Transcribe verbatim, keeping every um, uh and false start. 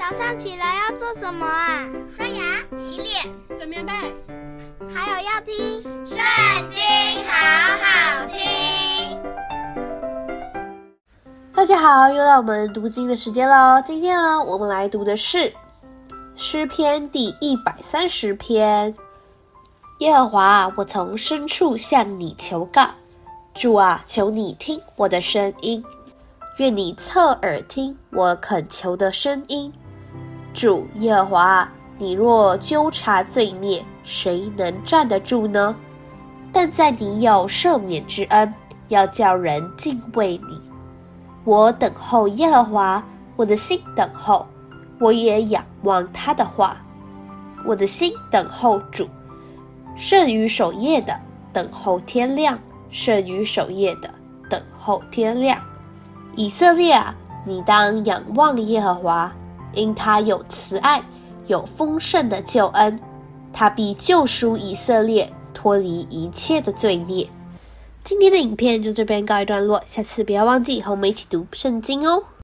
早上起来要做什么啊？ 刷牙、洗脸、 整棉被， 还有要听圣经好好听。 大家好，又到我们读经的时间了。今天呢，我们来读的是诗篇第一百三十篇。耶和华啊，我从深处向你求告，主啊，求你听我的声音，愿你侧耳听我恳求的声音。主耶和华啊，你若纠察罪孽，谁能站得住呢？但在你有赦免之恩，要叫人敬畏你。我等候耶和华，我的心等候，我也仰望他的话。我的心等候主，胜于守夜的等候天亮，胜于守夜的等候天亮。以色列啊，你当仰望耶和华，因他有慈爱，有丰盛的救恩，他必救赎以色列，脱离一切的罪孽。今天的影片就这边告一段落，下次不要忘记和我们一起读圣经哦。